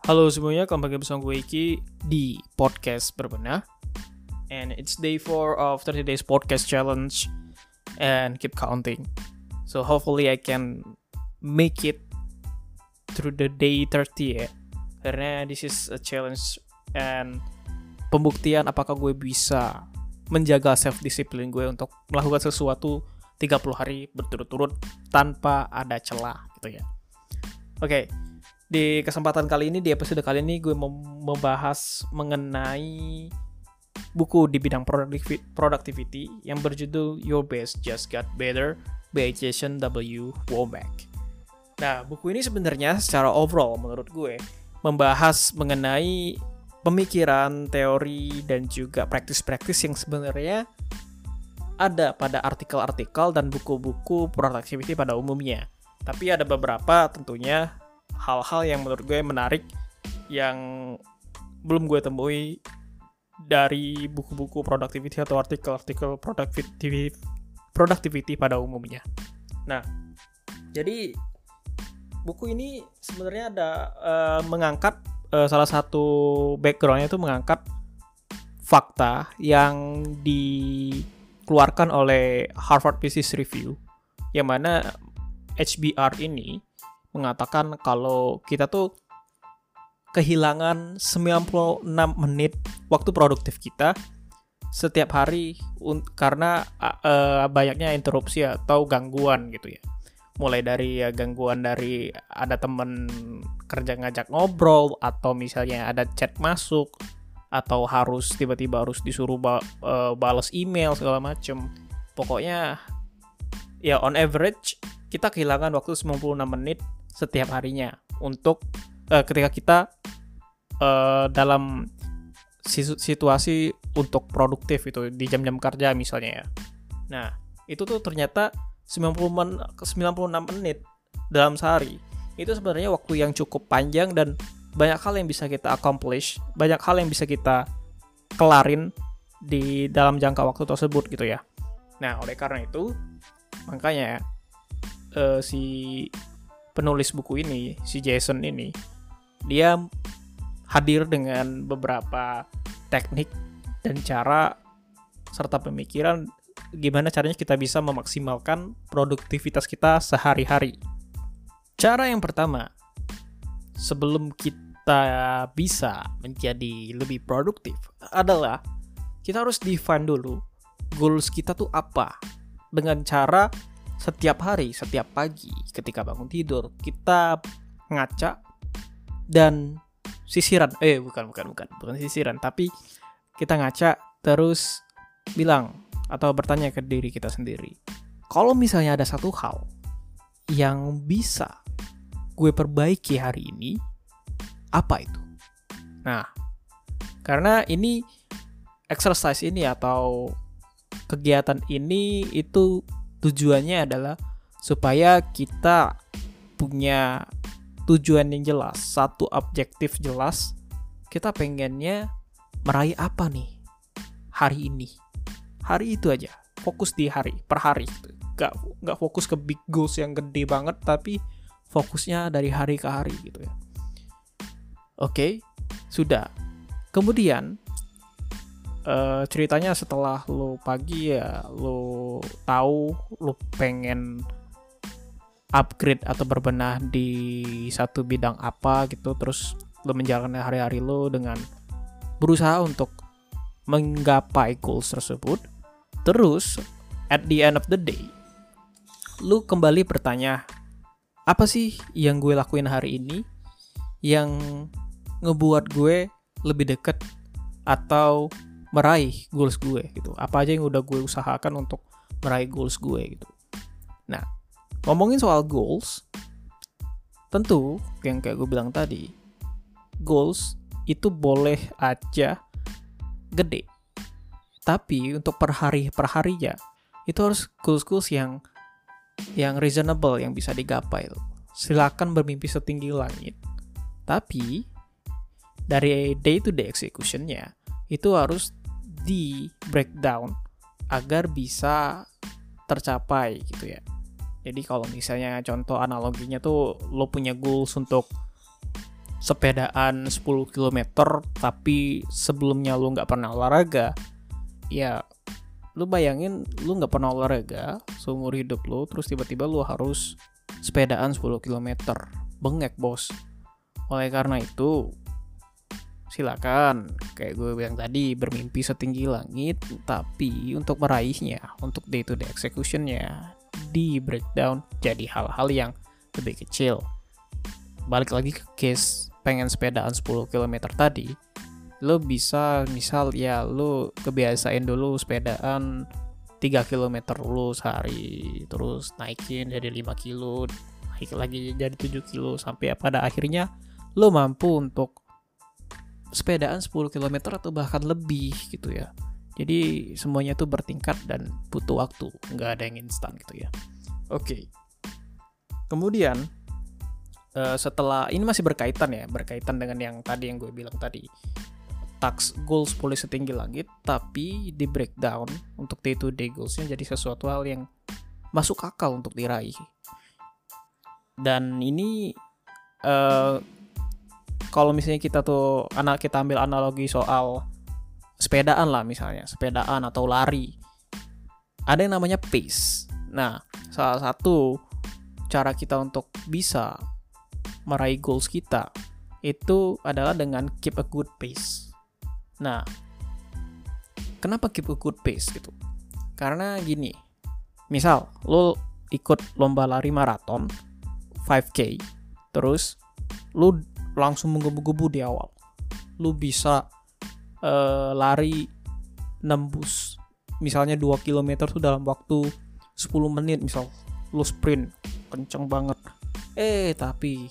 Halo semuanya, kembali lagi bersama gue Iki di podcast berbenah. And it's day 4 of 30 days podcast challenge and keep counting. So hopefully I can make it through the day 30 ya. Karena this is a challenge and pembuktian apakah gue bisa menjaga self-discipline gue untuk melakukan sesuatu 30 hari berturut-turut tanpa ada celah gitu ya. Oke. Di kesempatan kali ini, di episode kali ini gue mau membahas mengenai buku di bidang productivity yang berjudul Your Best Just Got Better by Jason W. Womack. Nah, buku ini sebenarnya secara overall menurut gue membahas mengenai pemikiran, teori, dan juga praktis-praktis yang sebenarnya ada pada artikel-artikel dan buku-buku productivity pada umumnya. Tapi ada beberapa tentunya hal-hal yang menurut gue menarik yang belum gue temui dari buku-buku productivity atau artikel-artikel productivity pada umumnya. Nah, jadi buku ini sebenarnya ada mengangkat salah satu backgroundnya itu mengangkat fakta yang dikeluarkan oleh Harvard Business Review, yang mana HBR ini mengatakan kalau kita tuh kehilangan 96 menit waktu produktif kita setiap hari karena banyaknya interupsi atau gangguan gitu ya. Mulai dari gangguan dari ada temen kerja ngajak ngobrol, atau misalnya ada chat masuk, atau harus tiba-tiba harus disuruh balas email segala macem. Pokoknya ya on average kita kehilangan waktu 96 menit setiap harinya untuk ketika kita dalam situasi untuk produktif itu di jam-jam kerja misalnya ya. Nah, itu tuh ternyata 96 menit dalam sehari. Itu sebenarnya waktu yang cukup panjang dan banyak hal yang bisa kita accomplish, banyak hal yang bisa kita kelarin di dalam jangka waktu tersebut gitu ya. Nah, oleh karena itu makanya si penulis buku ini, si Jason ini, dia hadir dengan beberapa teknik dan cara serta pemikiran gimana caranya kita bisa memaksimalkan produktivitas kita sehari-hari. Cara yang pertama, sebelum kita bisa menjadi lebih produktif adalah kita harus define dulu goals kita tuh apa. Dengan cara setiap hari, setiap pagi, ketika bangun tidur, kita ngaca dan sisiran. Bukan sisiran, tapi kita ngaca terus bilang atau bertanya ke diri kita sendiri. Kalau misalnya ada satu hal yang bisa gue perbaiki hari ini, apa itu? Nah, karena ini exercise ini atau kegiatan ini itu tujuannya adalah supaya kita punya tujuan yang jelas, satu objektif jelas. Kita pengennya meraih apa nih hari ini. Hari itu aja, fokus di hari, per hari. Gak fokus ke big goals yang gede banget, tapi fokusnya dari hari ke hari gitu ya. Oke, sudah. Kemudian ceritanya setelah lo pagi ya lo tahu lo pengen upgrade atau berbenah di satu bidang apa gitu, terus lo menjalankan hari-hari lo dengan berusaha untuk menggapai goals tersebut. Terus at the end of the day lo kembali bertanya, apa sih yang gue lakuin hari ini yang ngebuat gue lebih dekat atau meraih goals gue gitu. Apa aja yang udah gue usahakan untuk meraih goals gue gitu. Nah, ngomongin soal goals, tentu yang kayak gue bilang tadi, goals itu boleh aja gede. Tapi untuk per harinya itu harus goals yang reasonable, yang bisa digapai. Silakan bermimpi setinggi langit. Tapi dari day to day execution-nya itu harus di breakdown agar bisa tercapai gitu ya. Jadi kalau misalnya contoh analoginya tuh lo punya goals untuk sepedaan 10 km tapi sebelumnya lu nggak pernah olahraga, ya lu bayangin lu nggak pernah olahraga seumur hidup lu, terus tiba-tiba lu harus sepedaan 10 km. Bengek, bos. Oleh karena itu, silakan, kayak gue bilang tadi, bermimpi setinggi langit, tapi untuk meraihnya, untuk day to day executionnya, di breakdown jadi hal-hal yang lebih kecil. Balik lagi ke case pengen sepedaan 10 km tadi, lo bisa misal ya lo kebiasain dulu sepedaan 3 km dulu sehari, terus naikin jadi 5 kilo, naik lagi jadi 7 kilo, sampai pada akhirnya lo mampu untuk sepedaan 10 km atau bahkan lebih gitu ya. Jadi semuanya tuh bertingkat dan butuh waktu, nggak ada yang instan gitu ya. Oke. Kemudian setelah ini masih berkaitan dengan yang tadi yang gue bilang tadi, task goals boleh setinggi langit, tapi di breakdown untuk day to day goalsnya jadi sesuatu hal yang masuk akal untuk diraih. Dan ini kalau misalnya kita ambil analogi soal sepedaan lah, misalnya sepedaan atau lari, ada yang namanya pace. Nah, salah satu cara kita untuk bisa meraih goals kita itu adalah dengan keep a good pace. Nah, kenapa keep a good pace gitu? Karena gini, misal lo ikut lomba lari maraton 5K, terus lo langsung menggebu-gebu di awal, lo bisa lari nembus misalnya 2 km tuh dalam waktu 10 menit, misal lo sprint kenceng banget, tapi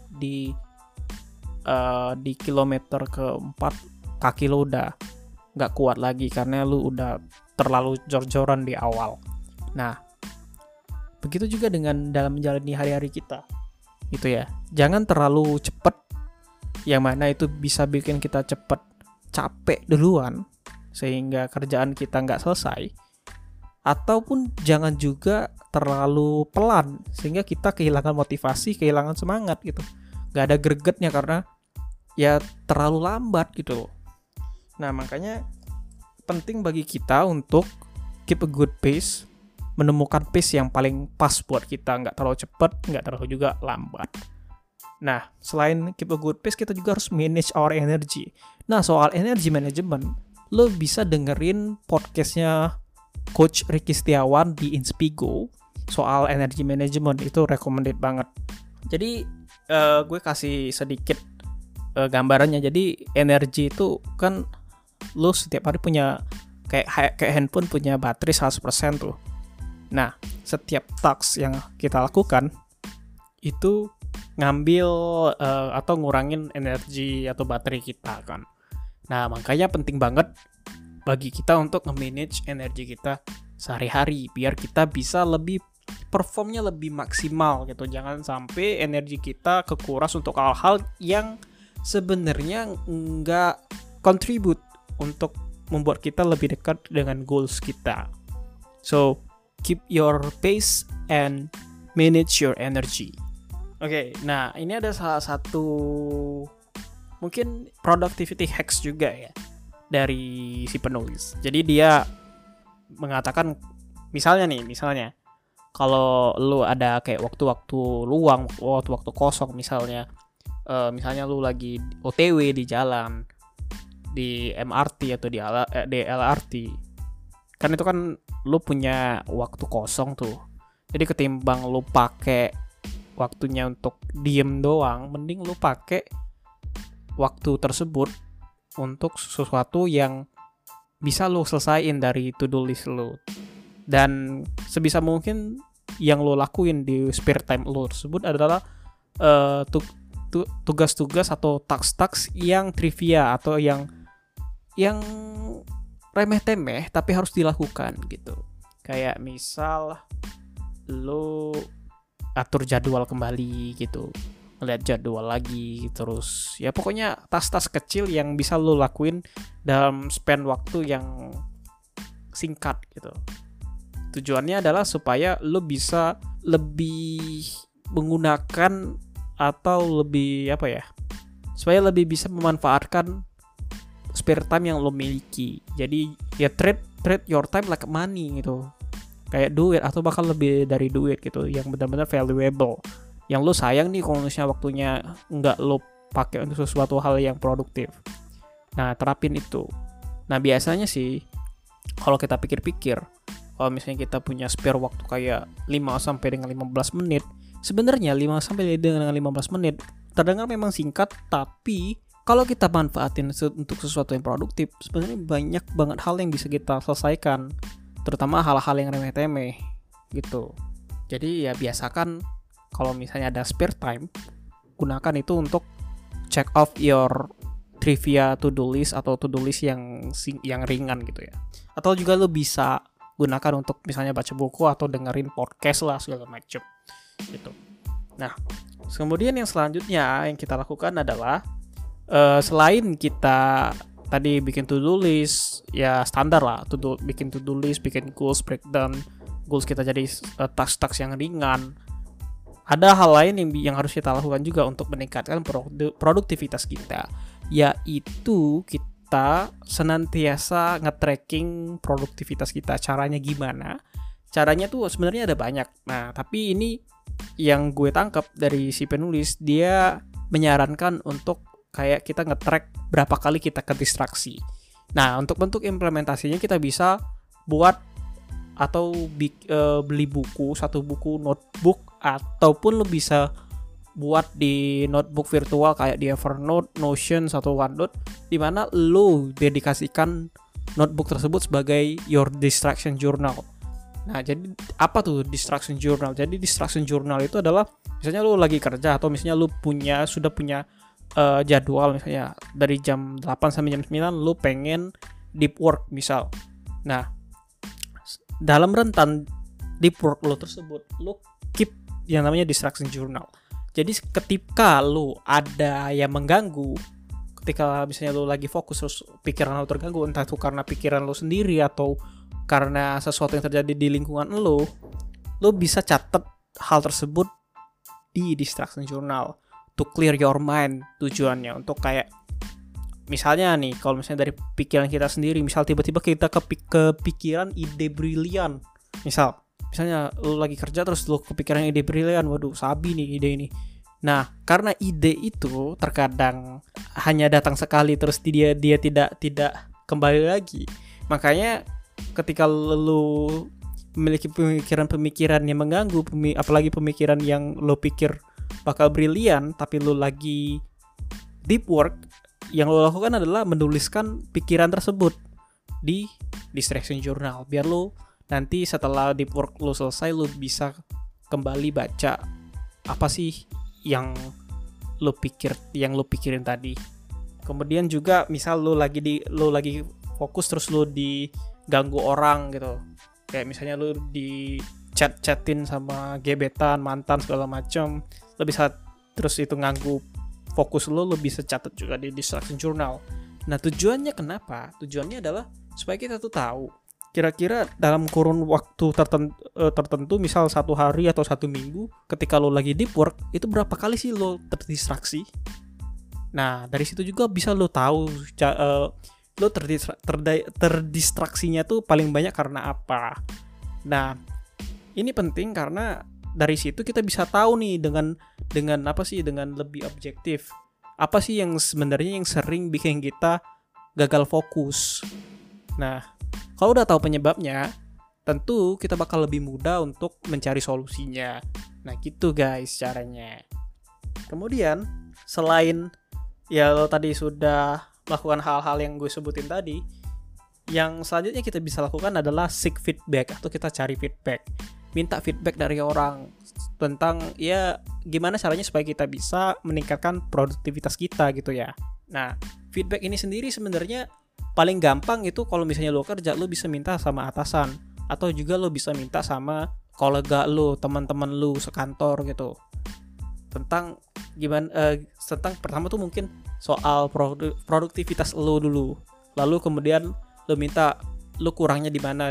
di kilometer keempat kaki lo udah nggak kuat lagi karena lo udah terlalu jor-joran di awal. Nah, begitu juga dengan dalam menjalani hari-hari kita itu ya, jangan terlalu cepet, yang mana itu bisa bikin kita cepet capek duluan sehingga kerjaan kita nggak selesai, ataupun jangan juga terlalu pelan sehingga kita kehilangan motivasi, kehilangan semangat gitu, nggak ada gregetnya karena ya terlalu lambat gitu loh. Nah, makanya penting bagi kita untuk keep a good pace, menemukan pace yang paling pas buat kita, nggak terlalu cepat, nggak terlalu juga lambat. Nah, selain keep a good pace, kita juga harus manage our energy. Nah, soal energy management, lo bisa dengerin podcastnya Coach Ricky Setiawan di Inspigo soal energy management, itu recommended banget. Jadi gue kasih sedikit gambarannya. Jadi energi itu kan lo setiap hari punya kayak handphone punya baterai 100% tuh. Nah, setiap task yang kita lakukan itu ngambil atau ngurangin energi atau baterai kita kan. Nah, makanya penting banget bagi kita untuk nge-manage energi kita sehari-hari biar kita bisa lebih performnya lebih maksimal gitu. Jangan sampai energi kita kekuras untuk hal-hal yang sebenarnya nggak contribute untuk membuat kita lebih dekat dengan goals kita. So, keep your pace and manage your energy. Oke, nah ini ada salah satu mungkin productivity hacks juga ya dari si penulis. Jadi dia mengatakan misalnya kalau lu ada kayak waktu-waktu luang, waktu-waktu kosong misalnya lu lagi OTW di jalan, di MRT atau di LRT, kan itu kan lu punya waktu kosong tuh. Jadi ketimbang lu pakai waktunya untuk diem doang, mending lu pakai waktu tersebut untuk sesuatu yang bisa lu selesaiin dari to-do list lu. Dan sebisa mungkin yang lu lakuin di spare time lu tersebut adalah tugas-tugas atau task-task yang trivia atau yang remeh-temeh tapi harus dilakukan gitu. Kayak misal lu atur jadwal kembali gitu, ngeliat jadwal lagi, terus ya pokoknya tas-tas kecil yang bisa lu lakuin dalam span waktu yang singkat gitu. Tujuannya adalah supaya lu bisa lebih menggunakan atau lebih supaya lebih bisa memanfaatkan spare time yang lo miliki. Jadi ya trade your time like money gitu, kayak duit atau bahkan lebih dari duit gitu, yang benar-benar valuable, yang lo sayang nih kalau misalnya waktunya nggak lo pakai untuk sesuatu hal yang produktif. Nah, terapin itu. Nah, biasanya sih kalau kita pikir-pikir, kalau misalnya kita punya spare waktu kayak 5 sampai dengan 15 menit, sebenarnya 5 sampai dengan 15 menit terdengar memang singkat, tapi kalau kita manfaatin untuk sesuatu yang produktif, sebenarnya banyak banget hal yang bisa kita selesaikan, terutama hal-hal yang remeh-temeh gitu. Jadi ya biasakan kalau misalnya ada spare time, gunakan itu untuk check off your trivia to-do list atau to-do list yang ringan gitu ya. Atau juga lo bisa gunakan untuk misalnya baca buku atau dengerin podcast lah segala macam gitu. Nah, kemudian yang selanjutnya yang kita lakukan adalah selain kita tadi bikin to-do list ya standar lah, bikin to-do list, bikin goals, breakdown goals kita jadi task-task yang ringan. Ada hal lain yang harus kita lakukan juga untuk meningkatkan produktivitas kita, yaitu kita senantiasa nge-tracking produktivitas kita. Caranya gimana? Caranya tuh sebenarnya ada banyak. Nah, tapi ini yang gue tangkap dari si penulis, dia menyarankan untuk kayak kita nge-track berapa kali kita ke distraksi. Nah, untuk bentuk implementasinya kita bisa buat atau beli buku, satu buku notebook, ataupun lo bisa buat di notebook virtual kayak di Evernote, Notion, atau OneNote, di mana lo dedikasikan notebook tersebut sebagai your distraction journal. Nah, jadi apa tuh distraction journal? Jadi distraction journal itu adalah misalnya lo lagi kerja atau misalnya lo sudah punya jadwal, misalnya dari jam 8 sampai jam 9 lo pengen deep work misal. Nah, dalam rentan deep work lo tersebut, lo keep yang namanya distraction journal. Jadi ketika lo ada yang mengganggu, ketika misalnya lo lagi fokus terus pikiran lo terganggu, entah itu karena pikiran lo sendiri atau karena sesuatu yang terjadi di lingkungan lo bisa catat hal tersebut di distraction journal to clear your mind. Tujuannya untuk kayak misalnya nih, kalau misalnya dari pikiran kita sendiri, misal tiba-tiba kita kepikiran ide brilian, misalnya lo lagi kerja terus lo kepikiran ide brilian, waduh sabi nih ide ini. Nah, karena ide itu terkadang hanya datang sekali terus dia tidak kembali lagi, makanya ketika lo memiliki pemikiran yang mengganggu, apalagi pemikiran yang lo pikir bakal brilian tapi lo lagi deep work, yang lo lakukan adalah menuliskan pikiran tersebut di distraction journal, biar lo nanti setelah deep work lo selesai, lo bisa kembali baca apa sih yang lo pikirin tadi. Kemudian juga misal lo lagi fokus terus lo diganggu orang gitu, kayak misalnya lo di chatin sama gebetan, mantan segala macam, lo bisa terus itu ganggu fokus lo bisa catat juga di distraction journal. Nah, tujuannya kenapa? Tujuannya adalah supaya kita tuh tahu kira-kira dalam kurun waktu tertentu, misal 1 hari atau 1 minggu, ketika lo lagi deep work, itu berapa kali sih lo terdistraksi. Nah, dari situ juga bisa lo tahu lo terdistraksinya tuh paling banyak karena apa. Nah, ini penting karena dari situ kita bisa tahu nih dengan apa sih, dengan lebih objektif, apa sih yang sebenarnya yang sering bikin kita gagal fokus. Nah, kalau udah tahu penyebabnya, tentu kita bakal lebih mudah untuk mencari solusinya. Nah, gitu guys caranya. Kemudian selain ya lo tadi sudah melakukan hal-hal yang gue sebutin tadi, yang selanjutnya kita bisa lakukan adalah seek feedback atau kita cari feedback. Minta feedback dari orang tentang ya gimana caranya supaya kita bisa meningkatkan produktivitas kita gitu ya. Nah, feedback ini sendiri sebenarnya paling gampang itu kalau misalnya lo kerja, lo bisa minta sama atasan, atau juga lo bisa minta sama kolega lo, teman-teman lo sekantor gitu. Tentang gimana tentang pertama tuh mungkin soal produktivitas lo dulu. Lalu kemudian lo minta lo kurangnya di mana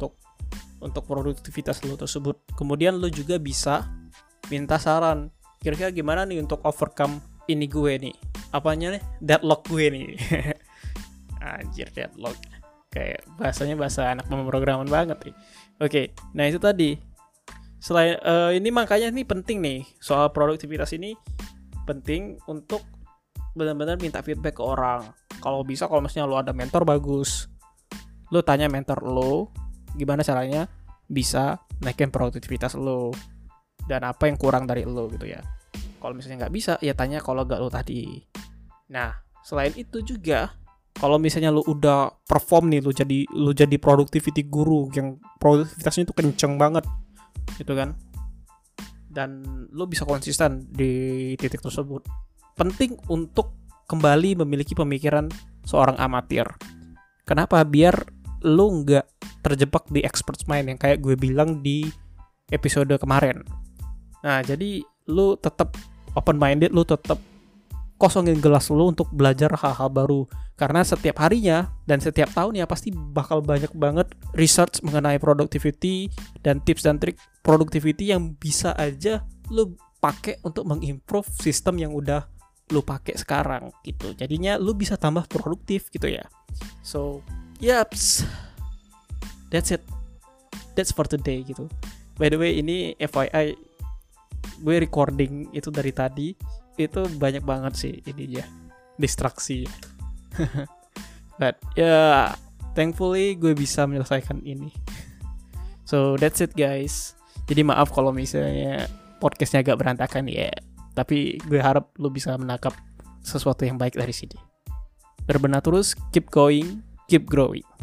untuk produktivitas lo tersebut. Kemudian lo juga bisa minta saran, kira-kira gimana nih untuk overcome ini gue nih, apanya nih, deadlock gue nih. Anjir, deadlock, kayak bahasanya bahasa anak pemrograman banget nih. Oke, nah itu tadi. Selain ini makanya nih penting nih, soal produktivitas ini penting untuk benar-benar minta feedback ke orang. Kalau bisa, kalau misalnya lo ada mentor bagus, lo tanya mentor lo gimana caranya bisa naikin produktivitas lo dan apa yang kurang dari lo gitu ya. Kalau misalnya nggak bisa, ya tanya kalau gak lo tadi. Nah, selain itu juga, kalau misalnya lo udah perform nih, lo jadi productivity guru yang produktivitasnya itu kenceng banget, gitu kan? Dan lo bisa konsisten di titik tersebut. Penting untuk kembali memiliki pemikiran seorang amatir. Kenapa? Biar lo nggak terjebak di expert's mind yang kayak gue bilang di episode kemarin. Nah, jadi lu tetap open minded, lu tetap kosongin gelas lu untuk belajar hal-hal baru. Karena setiap harinya dan setiap tahunnya pasti bakal banyak banget research mengenai productivity dan tips dan trik productivity yang bisa aja lu pakai untuk mengimprove sistem yang udah lu pakai sekarang gitu. Jadinya lu bisa tambah produktif gitu ya. So, yaps. That's it. That's for today gitu. By the way, ini FYI, gue recording itu dari tadi, itu banyak banget sih ininya, distraksi. But thankfully gue bisa menyelesaikan ini. So that's it guys. Jadi maaf kalau misalnya podcastnya agak berantakan ya, tapi gue harap lo bisa menangkap sesuatu yang baik dari sini. Berbenah terus, keep going, keep growing.